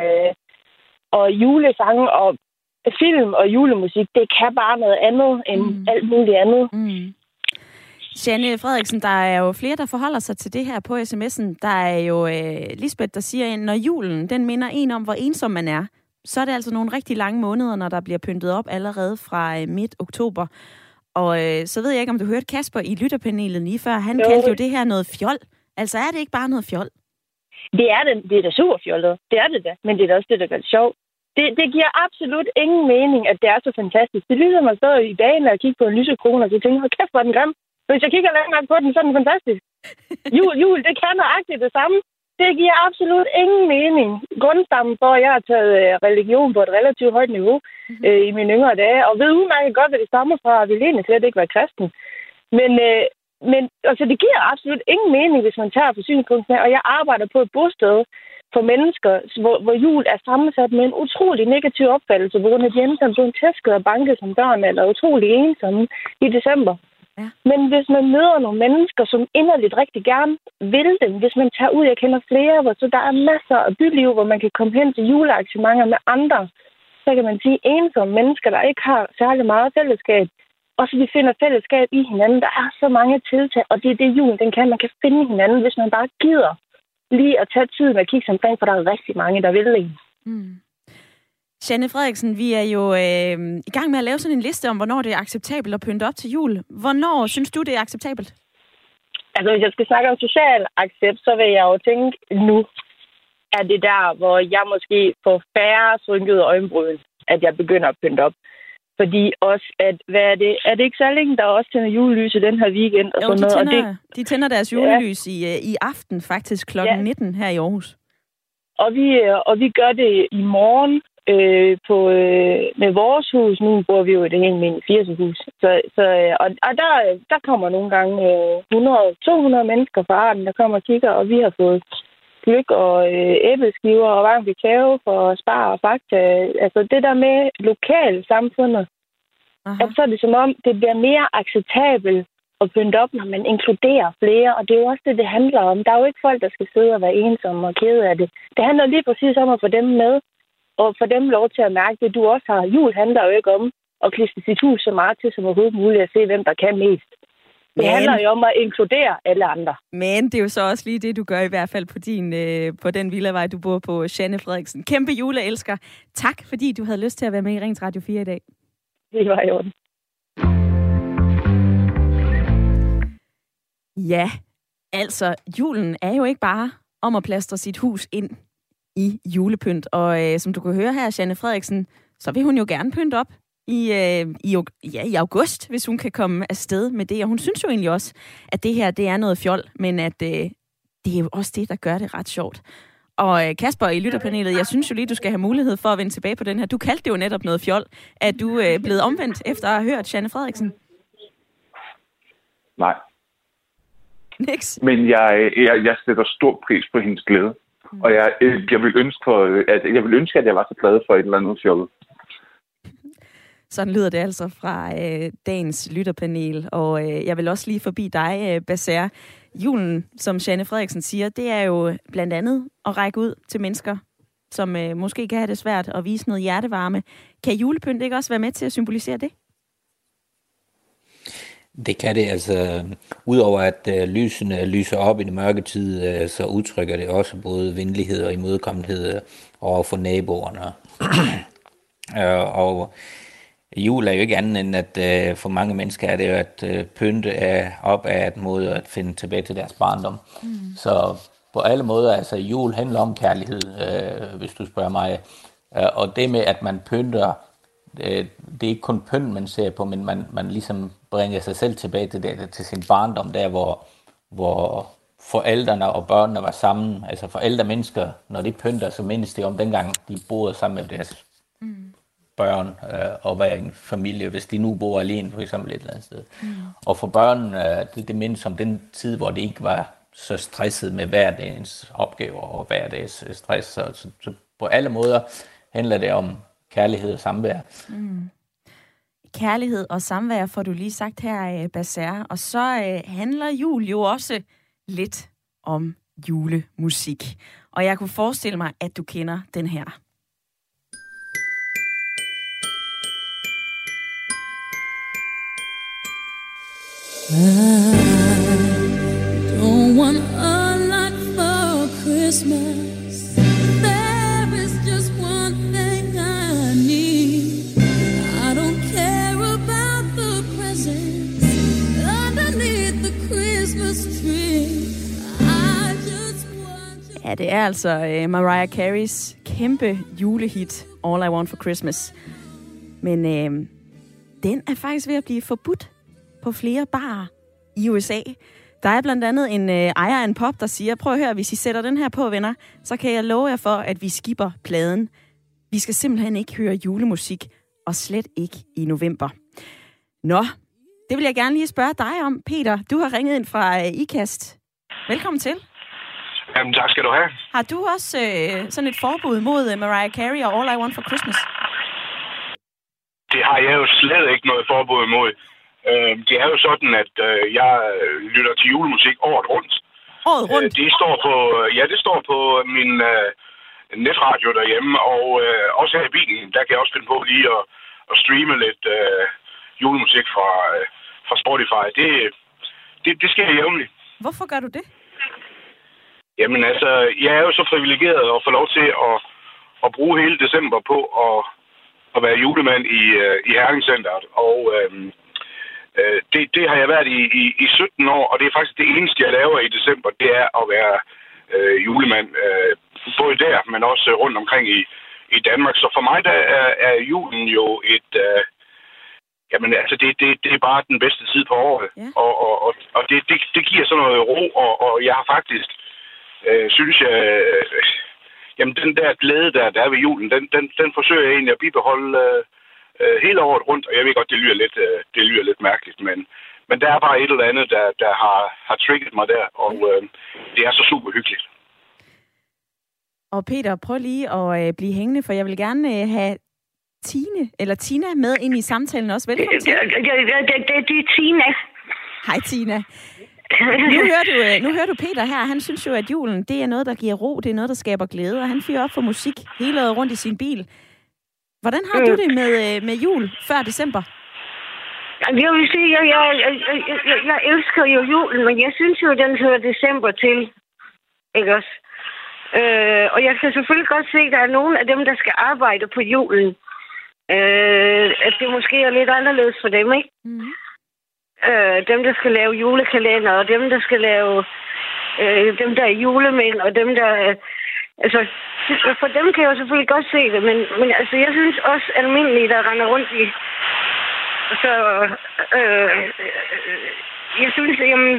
og julesange og film og julemusik, det kan bare noget andet end alt muligt andet. Mm. Jeanne Frederiksen, der er jo flere, der forholder sig til det her på sms'en. Der er jo Lisbeth, der siger, at når julen den minder en om, hvor ensom man er, så er det altså nogle rigtig lange måneder, når der bliver pyntet op allerede fra midt oktober. Og så ved jeg ikke, om du hørte Kasper i lytterpanelet lige før. Han kaldte jo det her noget fjol. Altså er det ikke bare noget fjol? Det er det. Det er da super fjollet. Det er det da. Men det er da også det, der gør det sjovt. Det giver absolut ingen mening, at det er så fantastisk. Det lyder mig så i dagen, når jeg kigger på en lysekrone, og så tænker jeg, kæft, hvor er den grim. Hvis jeg kigger længere på den, så er den fantastisk. Jul, det kan nøjagtigt det samme. Det giver absolut ingen mening. Grundstammen for, at jeg har taget religion på et relativt højt niveau i mine yngre dage, og ved udmærket godt, hvad det stammer fra, at vi egentlig slet ikke var kristen. Men altså, det giver absolut ingen mening, hvis man tager forsyningspunkten af, og jeg arbejder på et bosted for mennesker, hvor jul er sammensat med en utrolig negativ opfattelse, på grund af, at de enten er blevet tæsket og banket som børn, eller utrolig ensomme i december. Ja. Men hvis man møder nogle mennesker, som inderligt rigtig gerne vil dem, hvis man tager ud, jeg kender flere, hvor så der er masser af byliv, hvor man kan komme hen til julearrangementer med andre, så kan man sige ensomme mennesker, der ikke har særlig meget fællesskab, og så vi finder fællesskab i hinanden. Der er så mange tiltag, og det er det julen, den kan. Man kan finde hinanden, hvis man bare gider lige at tage tiden og kigge sig omkring, for der er rigtig mange, der vil en. Mm. Jeanne Frederiksen, vi er jo i gang med at lave sådan en liste om, hvornår det er acceptabelt at pynte op til jul. Hvornår synes du, det er acceptabelt? Altså, hvis jeg skal snakke om social accept, så vil jeg jo tænke, nu er det der, hvor jeg måske får færre rynkede øjenbryn, at jeg begynder at pynte op. Fordi også, at, hvad er det ikke så længe, der også tænder julelys i den her weekend? Og jo, sådan noget? De tænder deres julelys i aften faktisk klokken 19 her i Aarhus. Og vi gør det i morgen med vores hus. Nu bor vi jo i det helt almindelige 80'er-hus. Og der kommer nogle gange 100-200 mennesker fra Arden, der kommer og kigger, og vi har fået gløgg og æbleskiver og varm kakao for Spar og Fakta. Altså det der med lokalsamfundet, at så er det som om, det bliver mere acceptabelt at pynte op, når man inkluderer flere. Og det er jo også det handler om. Der er jo ikke folk, der skal sidde og være ensomme og kede af det. Det handler lige præcis om at få dem med, og få dem lov til at mærke det, du også har. Jul handler jo ikke om at klistre sit hus så meget til som overhovedet muligt at se, hvem der kan mest. Det handler jo om at inkludere alle andre. Men det er jo så også lige det, du gør i hvert fald på den villavej, du bor på, Jeanne Frederiksen. Kæmpe juleelsker. Tak, fordi du havde lyst til at være med i Ringens Radio 4 i dag. Det var i orden. Ja, altså julen er jo ikke bare om at plastre sit hus ind i julepynt. Og som du kan høre her, Jeanne Frederiksen, så vil hun jo gerne pynte op i august, hvis hun kan komme afsted med det. Og hun synes jo egentlig også, at det her, det er noget fjol, men at det er jo også det, der gør det ret sjovt. Og Kasper i lytterpanelet, jeg synes jo lige, du skal have mulighed for at vende tilbage på den her. Du kaldte det jo netop noget fjol, at du er blevet omvendt efter at have hørt Jeanne Frederiksen. Nej. Niks. Men jeg sætter stor pris på hendes glæde. Og jeg vil ønske, at jeg var så glad for et eller andet fjollet. Sådan lyder det altså fra dagens lytterpanel. Og jeg vil også lige forbi dig, Baser. Julen, som Jeanne Frederiksen siger, det er jo blandt andet at række ud til mennesker, som måske kan have det svært at vise noget hjertevarme. Kan julepynt ikke også være med til at symbolisere det? Det kan det, altså. Udover at lysene lyser op i den mørke tid, så udtrykker det også både venlighed og imødekommenhed over for naboerne. Og jul er jo ikke andet end, at for mange mennesker er det jo, at pynte er op af et måde at finde tilbage til deres barndom. Så på alle måder, altså jul handler om kærlighed, hvis du spørger mig. Og det med, at man pynter, det er ikke kun pynt, man ser på, men man ligesom bringer sig selv tilbage til sin barndom, der hvor forældrene og børnene var sammen. Altså forældre mennesker, når de pynter, så mindes de om dengang, de boede sammen med deres børn og var en familie, hvis de nu bor alene, for eksempel et eller andet sted. Og for børn, det mindes om den tid, hvor de ikke var så stresset med hverdagens opgaver og hverdagens stress. Så på alle måder handler det om kærlighed og samvær. Kærlighed og samvær får du lige sagt her, Baser. Og så handler jul jo også lidt om julemusik. Og jeg kunne forestille mig, at du kender den her. I don't want a lot for Christmas. There is just one thing I need. I don't care about the presents underneath the Christmas tree. I just want to... Ja, det er altså Mariah Careys kæmpe julehit All I Want for Christmas. Men den er faktisk ved at blive forbudt på flere barer i USA. Der er blandt andet en ejer af en pop, der siger, prøv at høre, hvis I sætter den her på, venner, så kan jeg love jer for, at vi skipper pladen. Vi skal simpelthen ikke høre julemusik, og slet ikke i november. Nå, det vil jeg gerne lige spørge dig om, Peter. Du har ringet ind fra IKAST. Velkommen til. Jamen, tak skal du have. Har du også sådan et forbud mod Mariah Carey og All I Want for Christmas? Det har jeg jo slet ikke noget forbud mod. Det er jo sådan, at jeg lytter til julemusik året rundt. Året rundt? Det står på min netradio derhjemme, og også her i bilen, der kan jeg også finde på lige at streame lidt julemusik fra Spotify. Det sker jævnligt. Hvorfor gør du det? Jamen altså, jeg er jo så privilegeret at få lov til at bruge hele december på at være julemand i Herningscenteret, og det har jeg været i 17 år, og det er faktisk det eneste, jeg laver i december, det er at være julemand. Både der, men også rundt omkring i Danmark. Så for mig, der er julen jo jamen altså, det er bare den bedste tid på året. Ja. Og det giver sådan noget ro, og jeg har faktisk, synes jeg, jamen den der glæde, der er ved julen, den forsøger jeg egentlig at bibeholde hele året rundt. Og jeg ved godt, det lyder lidt mærkeligt, men der er bare et eller andet, der har trigget mig der, og det er så super hyggeligt. Og Peter, prøv lige at blive hængende, for jeg vil gerne have Tina med ind i samtalen også. Velkommen til. Det er Tina. Hej Tina. Nu hører du Peter her. Han synes jo, at julen, det er noget, der giver ro. Det er noget, der skaber glæde. Og han fyrer op for musik hele året rundt i sin bil. Hvordan har du det med jul før december? Jeg vil sige, jeg elsker jo julen, men jeg synes jo, den hører december til. Ikke også? Og jeg kan selvfølgelig godt se, at der er nogle af dem, der skal arbejde på julen. At det måske er lidt anderledes for dem, ikke? Mm. Dem, der skal lave julekalender, og dem, der skal lave dem, der er julemænd, og dem, der... Altså, for dem kan jeg jo selvfølgelig godt se det, men altså, jeg synes også almindelige, der render rundt i... Så jeg synes, jamen,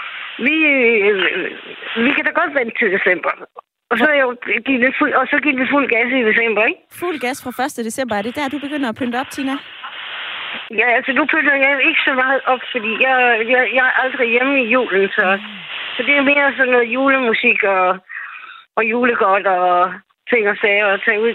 vi kan da godt vente til december. Og så giver vi fuld gas i december, ikke? Fuld gas fra 1. december. Er det der, du begynder at pynte op, Tina? Ja, altså nu pynter jeg ikke så meget op, fordi jeg er aldrig hjemme i julen, så det er mere sådan noget julemusik og julegodt og ting og sager, og tage ud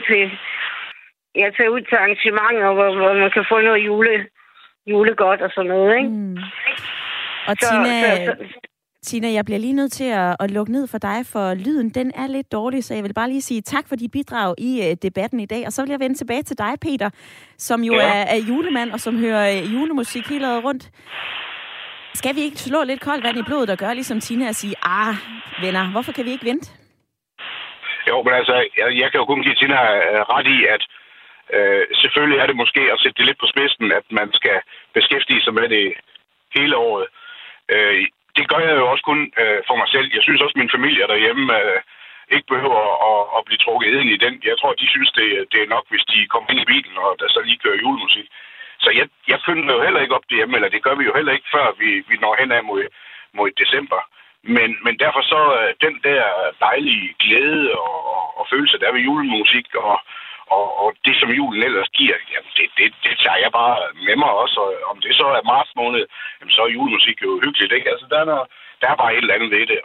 til arrangementer, hvor man kan få noget julegodt og sådan noget, ikke? Mm. Og Tina, jeg bliver lige nødt til at lukke ned for dig, for lyden, den er lidt dårlig, så jeg vil bare lige sige tak for dit bidrag i debatten i dag. Og så vil jeg vende tilbage til dig, Peter, som jo er julemand, og som hører julemusik hele året rundt. Skal vi ikke slå lidt koldt vand i blodet og gøre ligesom Tina og sige, venner, hvorfor kan vi ikke vente? Jo, men altså, jeg kan jo kun give Tina ret i, at selvfølgelig er det måske at sætte det lidt på spidsen, at man skal beskæftige sig med det hele året. Det gør jeg jo også kun for mig selv. Jeg synes også, at min familie derhjemme ikke behøver at blive trukket ind i den. Jeg tror, de synes, det er nok, hvis de kommer ind i bilen, og der så lige kører julemusik. Så jeg pynter jo heller ikke op derhjemme, eller det gør vi jo heller ikke, før vi når hen ad mod december. Men derfor så den der dejlige glæde og følelse, der er ved julemusik, og det, som julen ellers giver, jamen det tager jeg bare med mig også. Og om det så er marts måned, jamen så er julemusik jo hyggeligt, ikke? Altså, der er bare et eller andet ved det.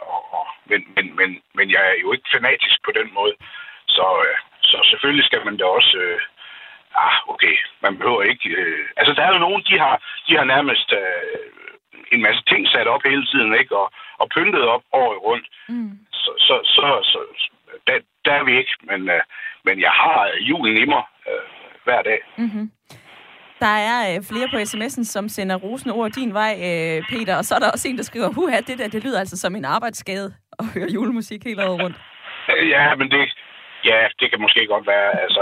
Men jeg er jo ikke fanatisk på den måde. Så selvfølgelig skal man da også... okay, man behøver ikke... altså, der er jo nogen, de har nærmest en masse ting sat op hele tiden, ikke? Og pyntet op året rundt. Mm. Så der er vi ikke, men jeg har julen i mig hver dag. Mm-hmm. Der er flere på sms'en, som sender rosende ord din vej, Peter, og så er der også en, der skriver, det lyder altså som en arbejdsskade at høre julemusik hele året rundt. Ja, men det kan måske godt være, altså...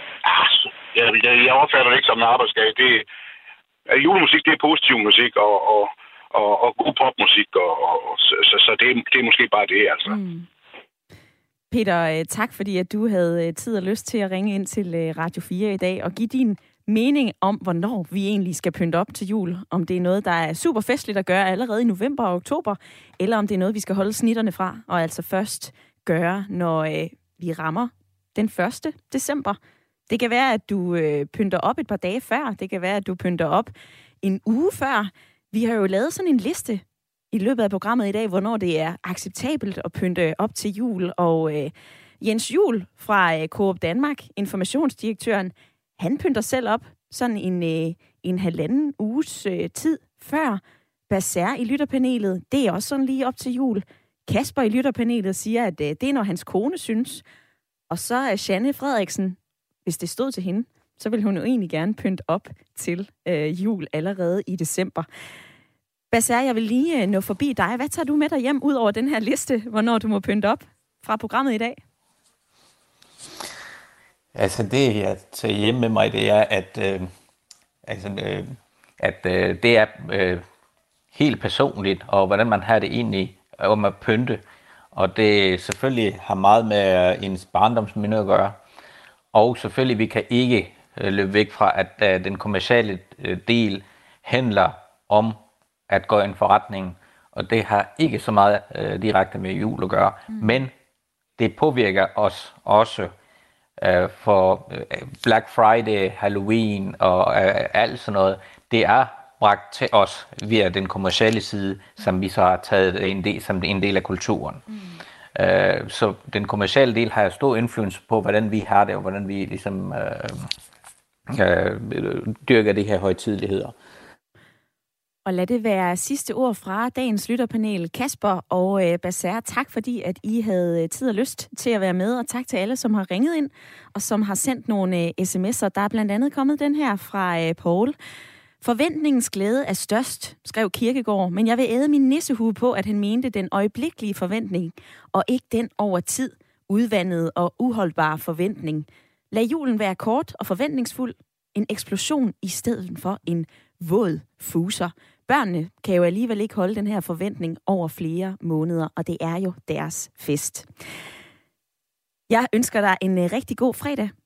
jeg opfatter det ikke som en arbejdsskade. Julemusik, det er positiv musik, og god popmusik, så det er måske bare det, altså. Mm. Peter, tak fordi at du havde tid og lyst til at ringe ind til Radio 4 i dag og give din mening om, hvornår vi egentlig skal pynte op til jul. Om det er noget, der er super festligt at gøre allerede i november og oktober, eller om det er noget, vi skal holde snitterne fra, og altså først gøre, når vi rammer den 1. december. Det kan være, at du pynter op et par dage før. Det kan være, at du pynter op en uge før. Vi har jo lavet sådan en liste i løbet af programmet i dag, hvornår det er acceptabelt at pynte op til jul. Og Jens Juhl fra Coop Danmark, informationsdirektøren, han pynter selv op sådan en halvanden uges tid før. Baser i lytterpanelet, det er også sådan lige op til jul. Kasper i lytterpanelet siger, at det er, når hans kone synes. Og så er Janne Frederiksen, hvis det stod til hende, så ville hun jo egentlig gerne pynte op til jul allerede i december. Baser, jeg vil lige nå forbi dig. Hvad tager du med dig hjem ud over den her liste, hvornår du må pynte op fra programmet i dag? Altså det, jeg tager hjem med mig, det er, at det er helt personligt, og hvordan man har det egentlig om at pynte. Og det selvfølgelig har meget med ens barndomsminde at gøre. Og selvfølgelig, vi kan ikke løbe væk fra, at den kommercielle del handler om at gå i en forretning, og det har ikke så meget direkte med jul at gøre, men det påvirker os også for Black Friday, Halloween og alt sådan noget. Det er bragt til os via den kommercielle side, som vi så har taget som en del af kulturen. Så den kommercielle del har stor indflydelse på, hvordan vi har det, og hvordan vi ligesom dyrker de her højtideligheder. Og lad det være sidste ord fra dagens lytterpanel. Kasper og Baser, tak fordi, at I havde tid og lyst til at være med, og tak til alle, som har ringet ind, og som har sendt nogle sms'er. Der er blandt andet kommet den her fra Paul. Forventningens glæde er størst, skrev Kierkegaard, men jeg vil æde min nissehue på, at han mente den øjeblikkelige forventning, og ikke den over tid udvandede og uholdbare forventning. Lad julen være kort og forventningsfuld, en eksplosion i stedet for en våd fuser. Børnene kan jo alligevel ikke holde den her forventning over flere måneder, og det er jo deres fest. Jeg ønsker dig en rigtig god fredag.